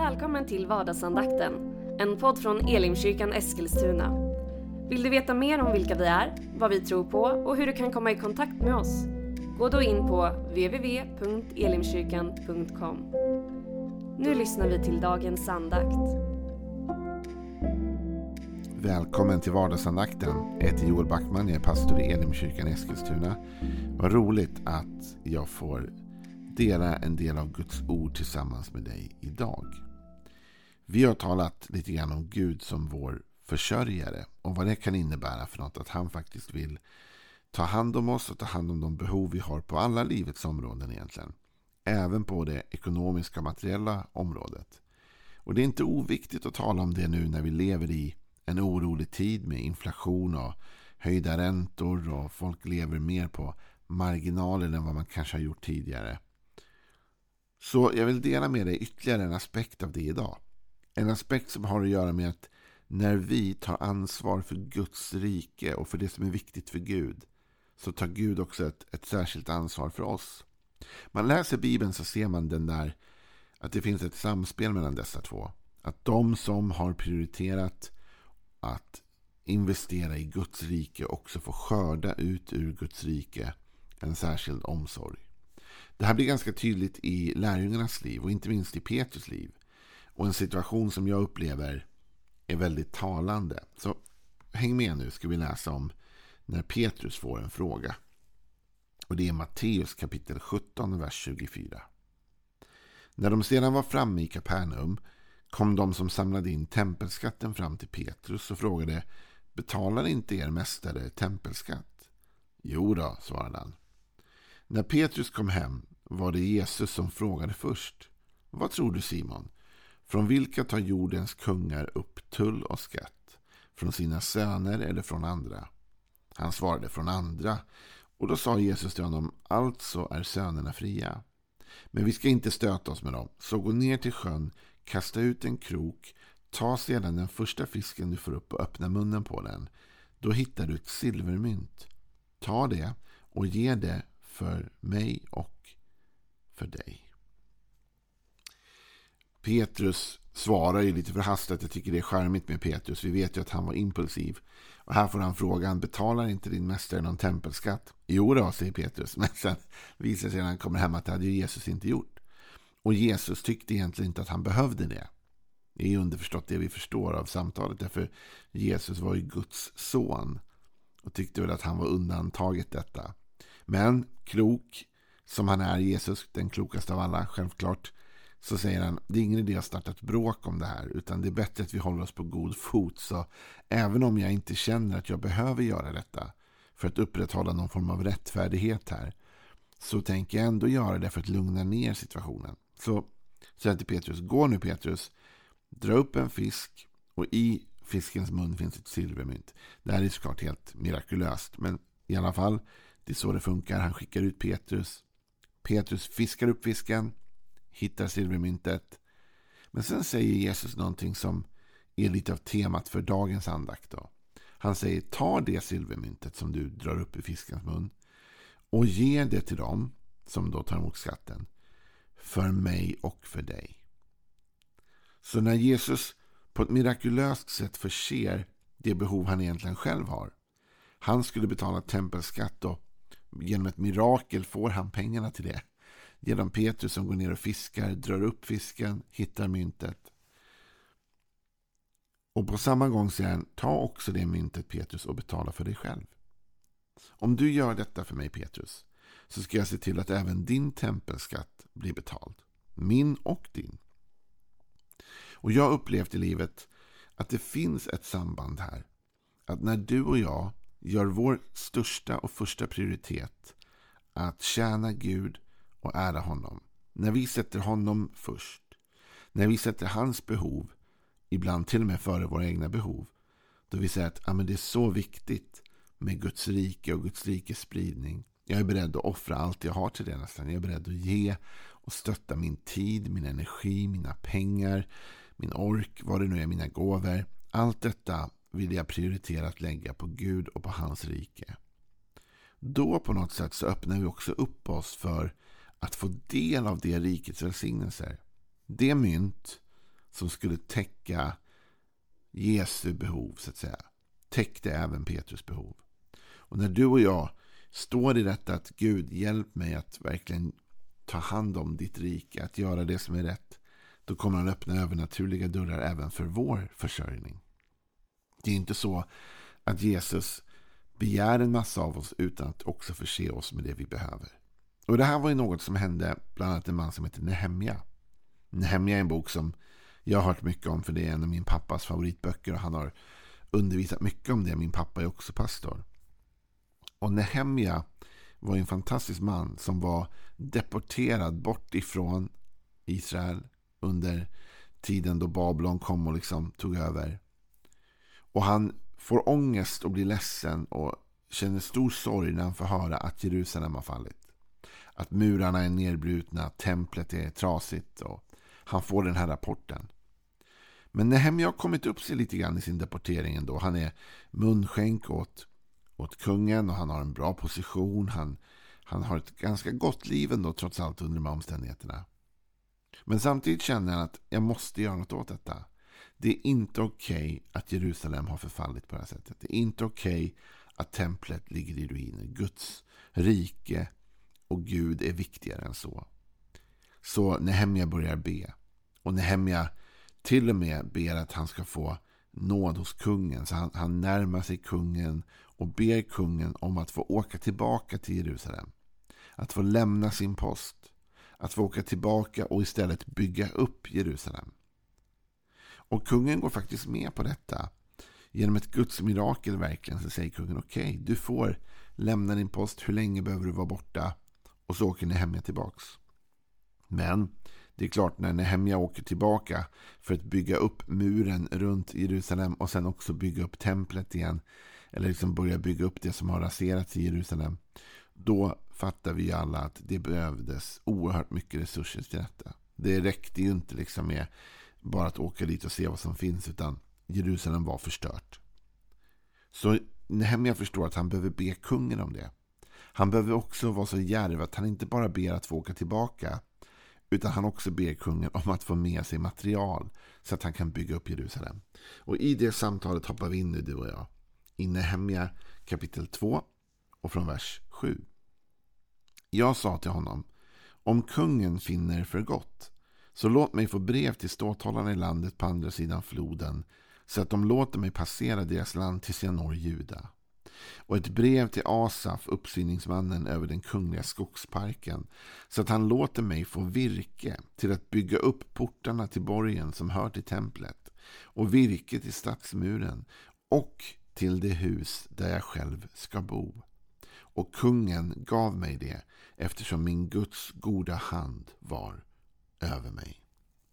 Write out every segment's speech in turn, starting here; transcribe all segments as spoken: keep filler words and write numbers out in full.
Välkommen till vardagsandakten, en podd från Elimkyrkan Eskilstuna. Vill du veta mer om vilka vi är, vad vi tror på och hur du kan komma i kontakt med oss? Gå då in på w w w punkt elimkyrkan punkt com. Nu lyssnar vi till dagens andakt. Välkommen till vardagsandakten. Jag heter Joel Backman, jag är pastor i Elimkyrkan Eskilstuna. Vad roligt att jag får dela en del av Guds ord tillsammans med dig idag. Vi har talat lite grann om Gud som vår försörjare och vad det kan innebära för något, att han faktiskt vill ta hand om oss och ta hand om de behov vi har på alla livets områden egentligen. Även på det ekonomiska och materiella området. Och det är inte oviktigt att tala om det nu när vi lever i en orolig tid med inflation och höjda räntor och folk lever mer på marginaler än vad man kanske har gjort tidigare. Så jag vill dela med dig ytterligare en aspekt av det idag. En aspekt som har att göra med att när vi tar ansvar för Guds rike och för det som är viktigt för Gud, så tar Gud också ett, ett särskilt ansvar för oss. Man läser Bibeln så ser man den där, att det finns ett samspel mellan dessa två. Att de som har prioriterat att investera i Guds rike också får skörda ut ur Guds rike en särskild omsorg. Det här blir ganska tydligt i lärjungarnas liv och inte minst i Petrus liv. Och en situation som jag upplever är väldigt talande. Så häng med nu, ska vi läsa om när Petrus får en fråga. Och det är Matteus kapitel sjutton, vers tjugofyra. När de sedan var framme i Kapernaum kom de som samlade in tempelskatten fram till Petrus och frågade: betalar inte er mästare tempelskatt? Jo då, svarade han. När Petrus kom hem var det Jesus som frågade först: vad tror du, Simon? Från vilka tar jordens kungar upp tull och skatt? Från sina söner eller från andra? Han svarade: från andra. Och då sa Jesus till honom: alltså är sönerna fria. Men vi ska inte stöta oss med dem. Så gå ner till sjön, kasta ut en krok, ta sedan den första fisken du får upp och öppna munnen på den. Då hittar du ett silvermynt. Ta det och ge det för mig och för dig. Petrus svarar ju lite förhastat. Jag tycker det är charmigt med Petrus. Vi vet ju att han var impulsiv. Och här får han frågan: betalar inte din mästare någon tempelskatt? Jo då, säger Petrus. Men sen visar sig när han kommer hem att det hade ju Jesus inte gjort. Och Jesus tyckte egentligen inte att han behövde det. Det är underförstått det vi förstår av samtalet. Därför Jesus var ju Guds son. Och tyckte väl att han var undantaget detta. Men klok som han är, Jesus, den klokaste av alla, självklart, så säger han: det är ingen idé att starta ett bråk om det här, utan det är bättre att vi håller oss på god fot. Så även om jag inte känner att jag behöver göra detta för att upprätthålla någon form av rättfärdighet här, så tänker jag ändå göra det för att lugna ner situationen. Så säger till Petrus: gå nu Petrus, dra upp en fisk och i fiskens mun finns ett silvermynt. Det här är såklart helt mirakulöst, men i alla fall, det är så det funkar. Han skickar ut Petrus. Petrus fiskar upp fisken, hittar silvermyntet. Men sen säger Jesus någonting som är lite av temat för dagens andakt då. Han säger: ta det silvermyntet som du drar upp i fiskens mun och ge det till dem som då tar emot skatten, för mig och för dig. Så när Jesus på ett mirakulöst sätt förser det behov han egentligen själv har. Han skulle betala tempelskatt och genom ett mirakel får han pengarna till det. Genom Petrus som går ner och fiskar, drar upp fisken, hittar myntet. Och på samma gång säger han: ta också det myntet Petrus och betala för dig själv. Om du gör detta för mig Petrus, så ska jag se till att även din tempelskatt blir betald. Min och din. Och jag har upplevt i livet att det finns ett samband här. Att när du och jag gör vår största och första prioritet att tjäna Gud och ära honom, när vi sätter honom först, när vi sätter hans behov, ibland till och med före våra egna behov, då vi säger att ja, men det är så viktigt med Guds rike och Guds rikes spridning. Jag är beredd att offra allt jag har till det nästan. Jag är beredd att ge och stötta min tid, min energi, mina pengar, min ork, vad det nu är, mina gåvor. Allt detta vill jag prioritera att lägga på Gud och på hans rike. Då på något sätt så öppnar vi också upp oss för att få del av det rikets välsignelser. Det mynt som skulle täcka Jesu behov så att säga, täckte även Petrus behov. Och när du och jag står i detta att Gud hjälp mig att verkligen ta hand om ditt rike, att göra det som är rätt, då kommer han öppna övernaturliga dörrar även för vår försörjning. Det är inte så att Jesus begär en massa av oss utan att också förse oss med det vi behöver. Och det här var ju något som hände bland annat en man som heter Nehemja. Nehemja är en bok som jag har hört mycket om, för det är en av min pappas favoritböcker och han har undervisat mycket om det. Min pappa är också pastor. Och Nehemja var en fantastisk man som var deporterad bort ifrån Israel under tiden då Babylon kom och liksom tog över. Och han får ångest och blir ledsen och känner stor sorg när han får höra att Jerusalem har fallit. Att murarna är nedbrutna, templet är trasigt och han får den här rapporten. Men Nehemja har kommit upp sig lite grann i sin deportering ändå. Han är munskänk åt, åt kungen och han har en bra position. Han, han har ett ganska gott liv ändå trots allt under de här omständigheterna. Men samtidigt känner han att jag måste göra något åt detta. Det är inte okej okay att Jerusalem har förfallit på det här sättet. Det är inte okej okay att templet ligger i ruiner. Guds rike och Gud är viktigare än så. Så Nehemja börjar be. Och Nehemja till och med ber att han ska få nåd hos kungen. Så han, han närmar sig kungen och ber kungen om att få åka tillbaka till Jerusalem. Att få lämna sin post. Att få åka tillbaka och istället bygga upp Jerusalem. Och kungen går faktiskt med på detta. Genom ett Guds mirakel verkligen så säger kungen okej, okay, du får lämna din post. Hur länge behöver du vara borta? Och så åker Nehemja tillbaks. Men det är klart, när Nehemja åker tillbaka för att bygga upp muren runt Jerusalem och sen också bygga upp templet igen, eller liksom börja bygga upp det som har raserats i Jerusalem, då fattar vi alla att det behövdes oerhört mycket resurser till detta. Det räckte ju inte liksom med bara att åka dit och se vad som finns, utan Jerusalem var förstört. Så Nehemja förstår att han behöver be kungen om det. Han behöver också vara så djärv att han inte bara ber att få åka tillbaka, utan han också ber kungen om att få med sig material så att han kan bygga upp Jerusalem. Och i det samtalet hoppar vi in nu, du och jag, i Nehemja kapitel två och från vers sju. Jag sa till honom, om kungen finner för gott, så låt mig få brev till ståthållarna i landet på andra sidan floden, så att de låter mig passera deras land tills jag når Juda. Och ett brev till Asaf, uppsyningsmannen över den kungliga skogsparken, så att han låter mig få virke till att bygga upp portarna till borgen som hör till templet, och virke till stadsmuren och till det hus där jag själv ska bo. Och kungen gav mig det, eftersom min Guds goda hand var över mig.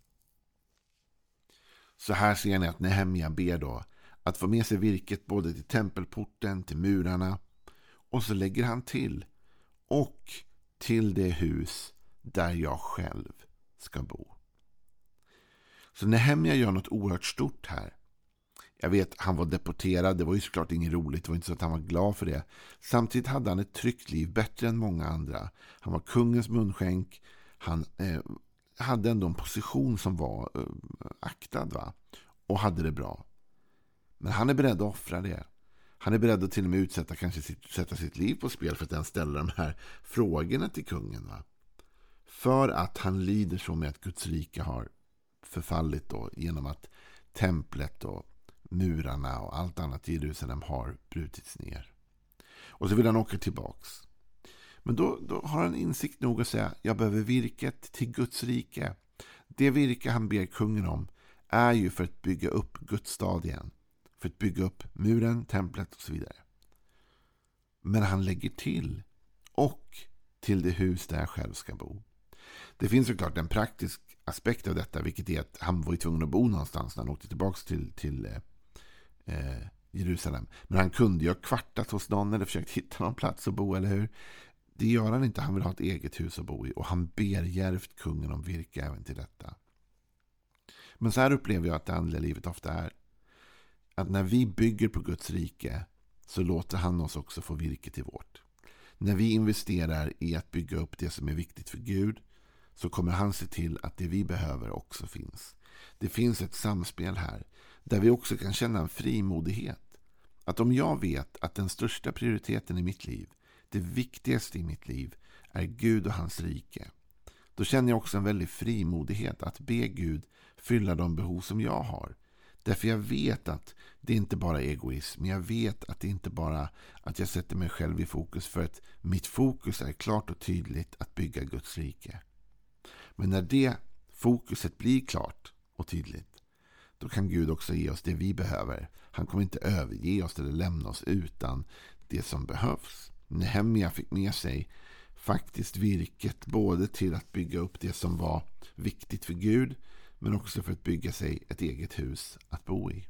Så här ser ni att Nehemja ber då att få med sig virket både till tempelporten, till murarna, och så lägger han till och till det hus där jag själv ska bo. Så Nehemja gör något oerhört stort här. Jag vet, han var deporterad, det var ju såklart inget roligt, det var inte så att han var glad för det. Samtidigt hade han ett tryggt liv, bättre än många andra. Han var kungens munskänk, han eh, hade ändå en position som var eh, aktad, va? Och hade det bra. Men han är beredd att offra det. Han är beredd att till och med utsätta, kanske sitt, sätta sitt liv på spel för att han ställer de här frågorna till kungen, va? För att han lider så med att Guds rike har förfallit då, genom att templet och murarna och allt annat i Jerusalem har brutits ner. Och så vill han åka tillbaks. Men då, då har han insikt nog att säga, jag behöver virket till Guds rike. Det virke han ber kungen om är ju för att bygga upp Guds stad igen. För att bygga upp muren, templet och så vidare. Men han lägger till och till det hus där jag själv ska bo. Det finns såklart en praktisk aspekt av detta, vilket är att han var ju tvungen att bo någonstans när han åkte tillbaka till, till eh, Jerusalem. Men han kunde ju ha kvartat hos någon eller försökt hitta någon plats att bo, eller hur? Det gör han inte, han vill ha ett eget hus att bo i, och han ber djärvt kungen om virke även till detta. Men så här upplever jag att det andliga livet ofta är. Att när vi bygger på Guds rike så låter han oss också få virke till vårt. När vi investerar i att bygga upp det som är viktigt för Gud så kommer han se till att det vi behöver också finns. Det finns ett samspel här där vi också kan känna en frimodighet. Att om jag vet att den största prioriteten i mitt liv, det viktigaste i mitt liv, är Gud och hans rike, då känner jag också en väldig frimodighet att be Gud fylla de behov som jag har. Därför jag vet att det inte bara är egoism, men jag vet att det inte bara att jag sätter mig själv i fokus, för att mitt fokus är klart och tydligt att bygga Guds rike. Men när det fokuset blir klart och tydligt, då kan Gud också ge oss det vi behöver. Han kommer inte överge oss eller lämna oss utan det som behövs. Nehemja fick med sig faktiskt virket både till att bygga upp det som var viktigt för Gud, men också för att bygga sig ett eget hus att bo i.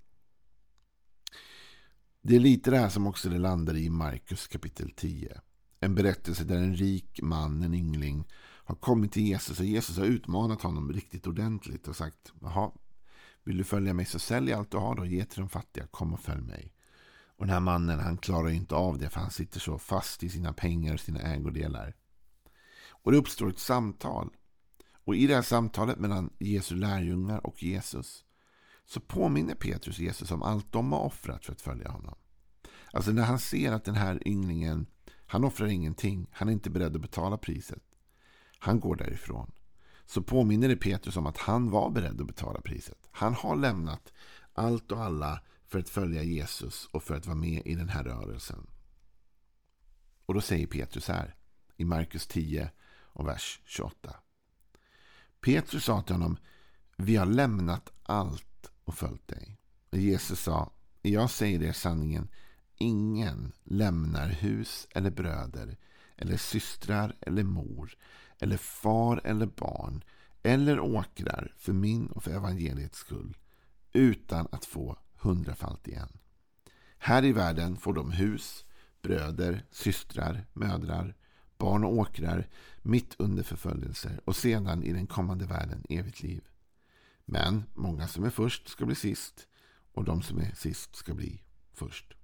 Det är lite det här som också det landar i Markus kapitel tio. En berättelse där en rik man, en yngling, har kommit till Jesus och Jesus har utmanat honom riktigt ordentligt och sagt: jaha, vill du följa mig så sälj allt du har och ge till de fattiga, kom och följ mig. Och den här mannen, han klarar inte av det, för han sitter så fast i sina pengar och sina ägodelar. Och det uppstår ett samtal. Och i det här samtalet mellan Jesu lärjungar och Jesus så påminner Petrus Jesus om allt de har offrat för att följa honom. Alltså när han ser att den här ynglingen, han offrar ingenting, han är inte beredd att betala priset, han går därifrån, så påminner det Petrus om att han var beredd att betala priset. Han har lämnat allt och alla för att följa Jesus och för att vara med i den här rörelsen. Och då säger Petrus här i Markus tio och vers tjugoåtta: Petrus sa till honom: vi har lämnat allt och följt dig. Och Jesus sa: jag säger er sanningen, ingen lämnar hus eller bröder eller systrar eller mor eller far eller barn eller åkrar för min och för evangeliets skull utan att få hundrafalt igen. Här i världen får de hus, bröder, systrar, mödrar, barn och åkrar mitt under förföljelser, och sedan i den kommande världen evigt liv. Men många som är först ska bli sist, och de som är sist ska bli först.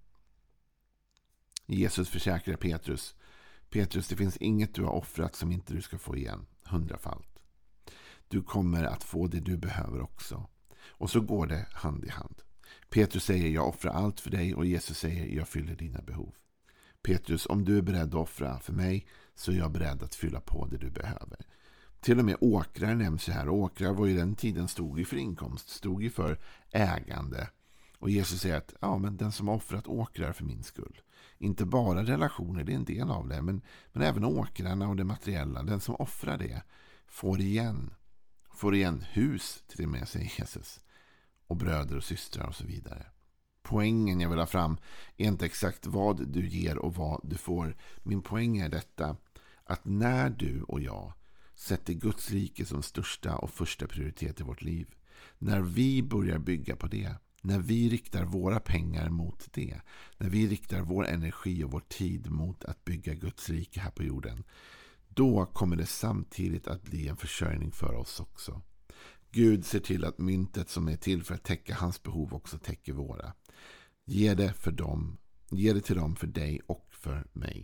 Jesus försäkrar Petrus: Petrus, det finns inget du har offrat som inte du ska få igen hundrafalt. Du kommer att få det du behöver också. Och så går det hand i hand. Petrus säger: jag offrar allt för dig, och Jesus säger: jag fyller dina behov. Petrus, om du är beredd att offra för mig, så är jag beredd att fylla på det du behöver. Till och med åkrar nämns här. Åkrar var i den tiden stod ju för inkomst, stod ju för ägande. Och Jesus säger att ja, men den som har offrat åkrar för min skull. Inte bara relationer, det är en del av det, men, men även åkrarna och det materiella. Den som offrar det får igen. Får igen hus till och med, säger Jesus. Och bröder och systrar och så vidare. Poängen jag vill ha fram är inte exakt vad du ger och vad du får. Min poäng är detta: att när du och jag sätter Guds rike som största och första prioritet i vårt liv, när vi börjar bygga på det, när vi riktar våra pengar mot det, när vi riktar vår energi och vår tid mot att bygga Guds rike här på jorden, då kommer det samtidigt att bli en försörjning för oss också. Gud ser till att myntet som är till för att täcka hans behov också täcker våra. Ge det för dem, ge det till dem för dig och för mig.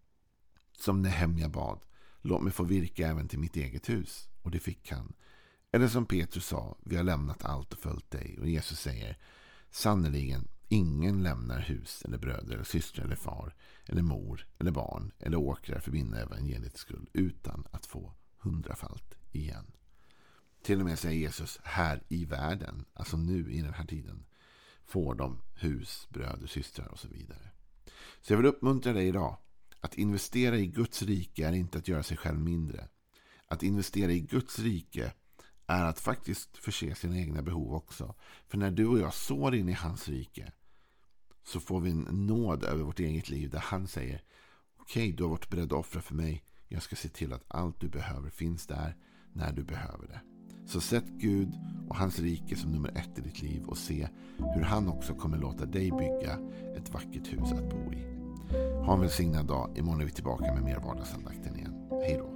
Som Nehemja bad: låt mig få virka även till mitt eget hus. Och det fick han. Eller som Petrus sa: vi har lämnat allt och följt dig. Och Jesus säger: sannoliken ingen lämnar hus eller bröder eller systrar eller far eller mor eller barn eller åkrar för min evangeliets skull utan att få hundrafalt igen. Till och med säger Jesus: här i världen, alltså nu i den här tiden, får de hus, bröder, systrar och så vidare. Så jag vill uppmuntra dig idag. Att investera i Guds rike är inte att göra sig själv mindre. Att investera i Guds rike är att faktiskt förse sina egna behov också. För när du och jag sår in i hans rike, så får vi en nåd över vårt eget liv där han säger: okej, okay, du har varit beredd att offra för mig. Jag ska se till att allt du behöver finns där när du behöver det. Så sätt Gud och hans rike som nummer ett i ditt liv och se hur han också kommer låta dig bygga ett vackert hus att bo i. Ha en välsignad dag. Imorgon är vi tillbaka med mer vardagsandakten igen. Hej då.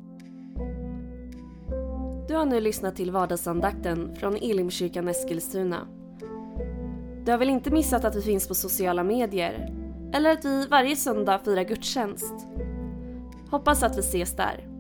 Du har nu lyssnat till vardagsandakten från Elimkyrkan Eskilstuna. Du har väl inte missat att vi finns på sociala medier? Eller att vi varje söndag firar gudstjänst? Hoppas att vi ses där.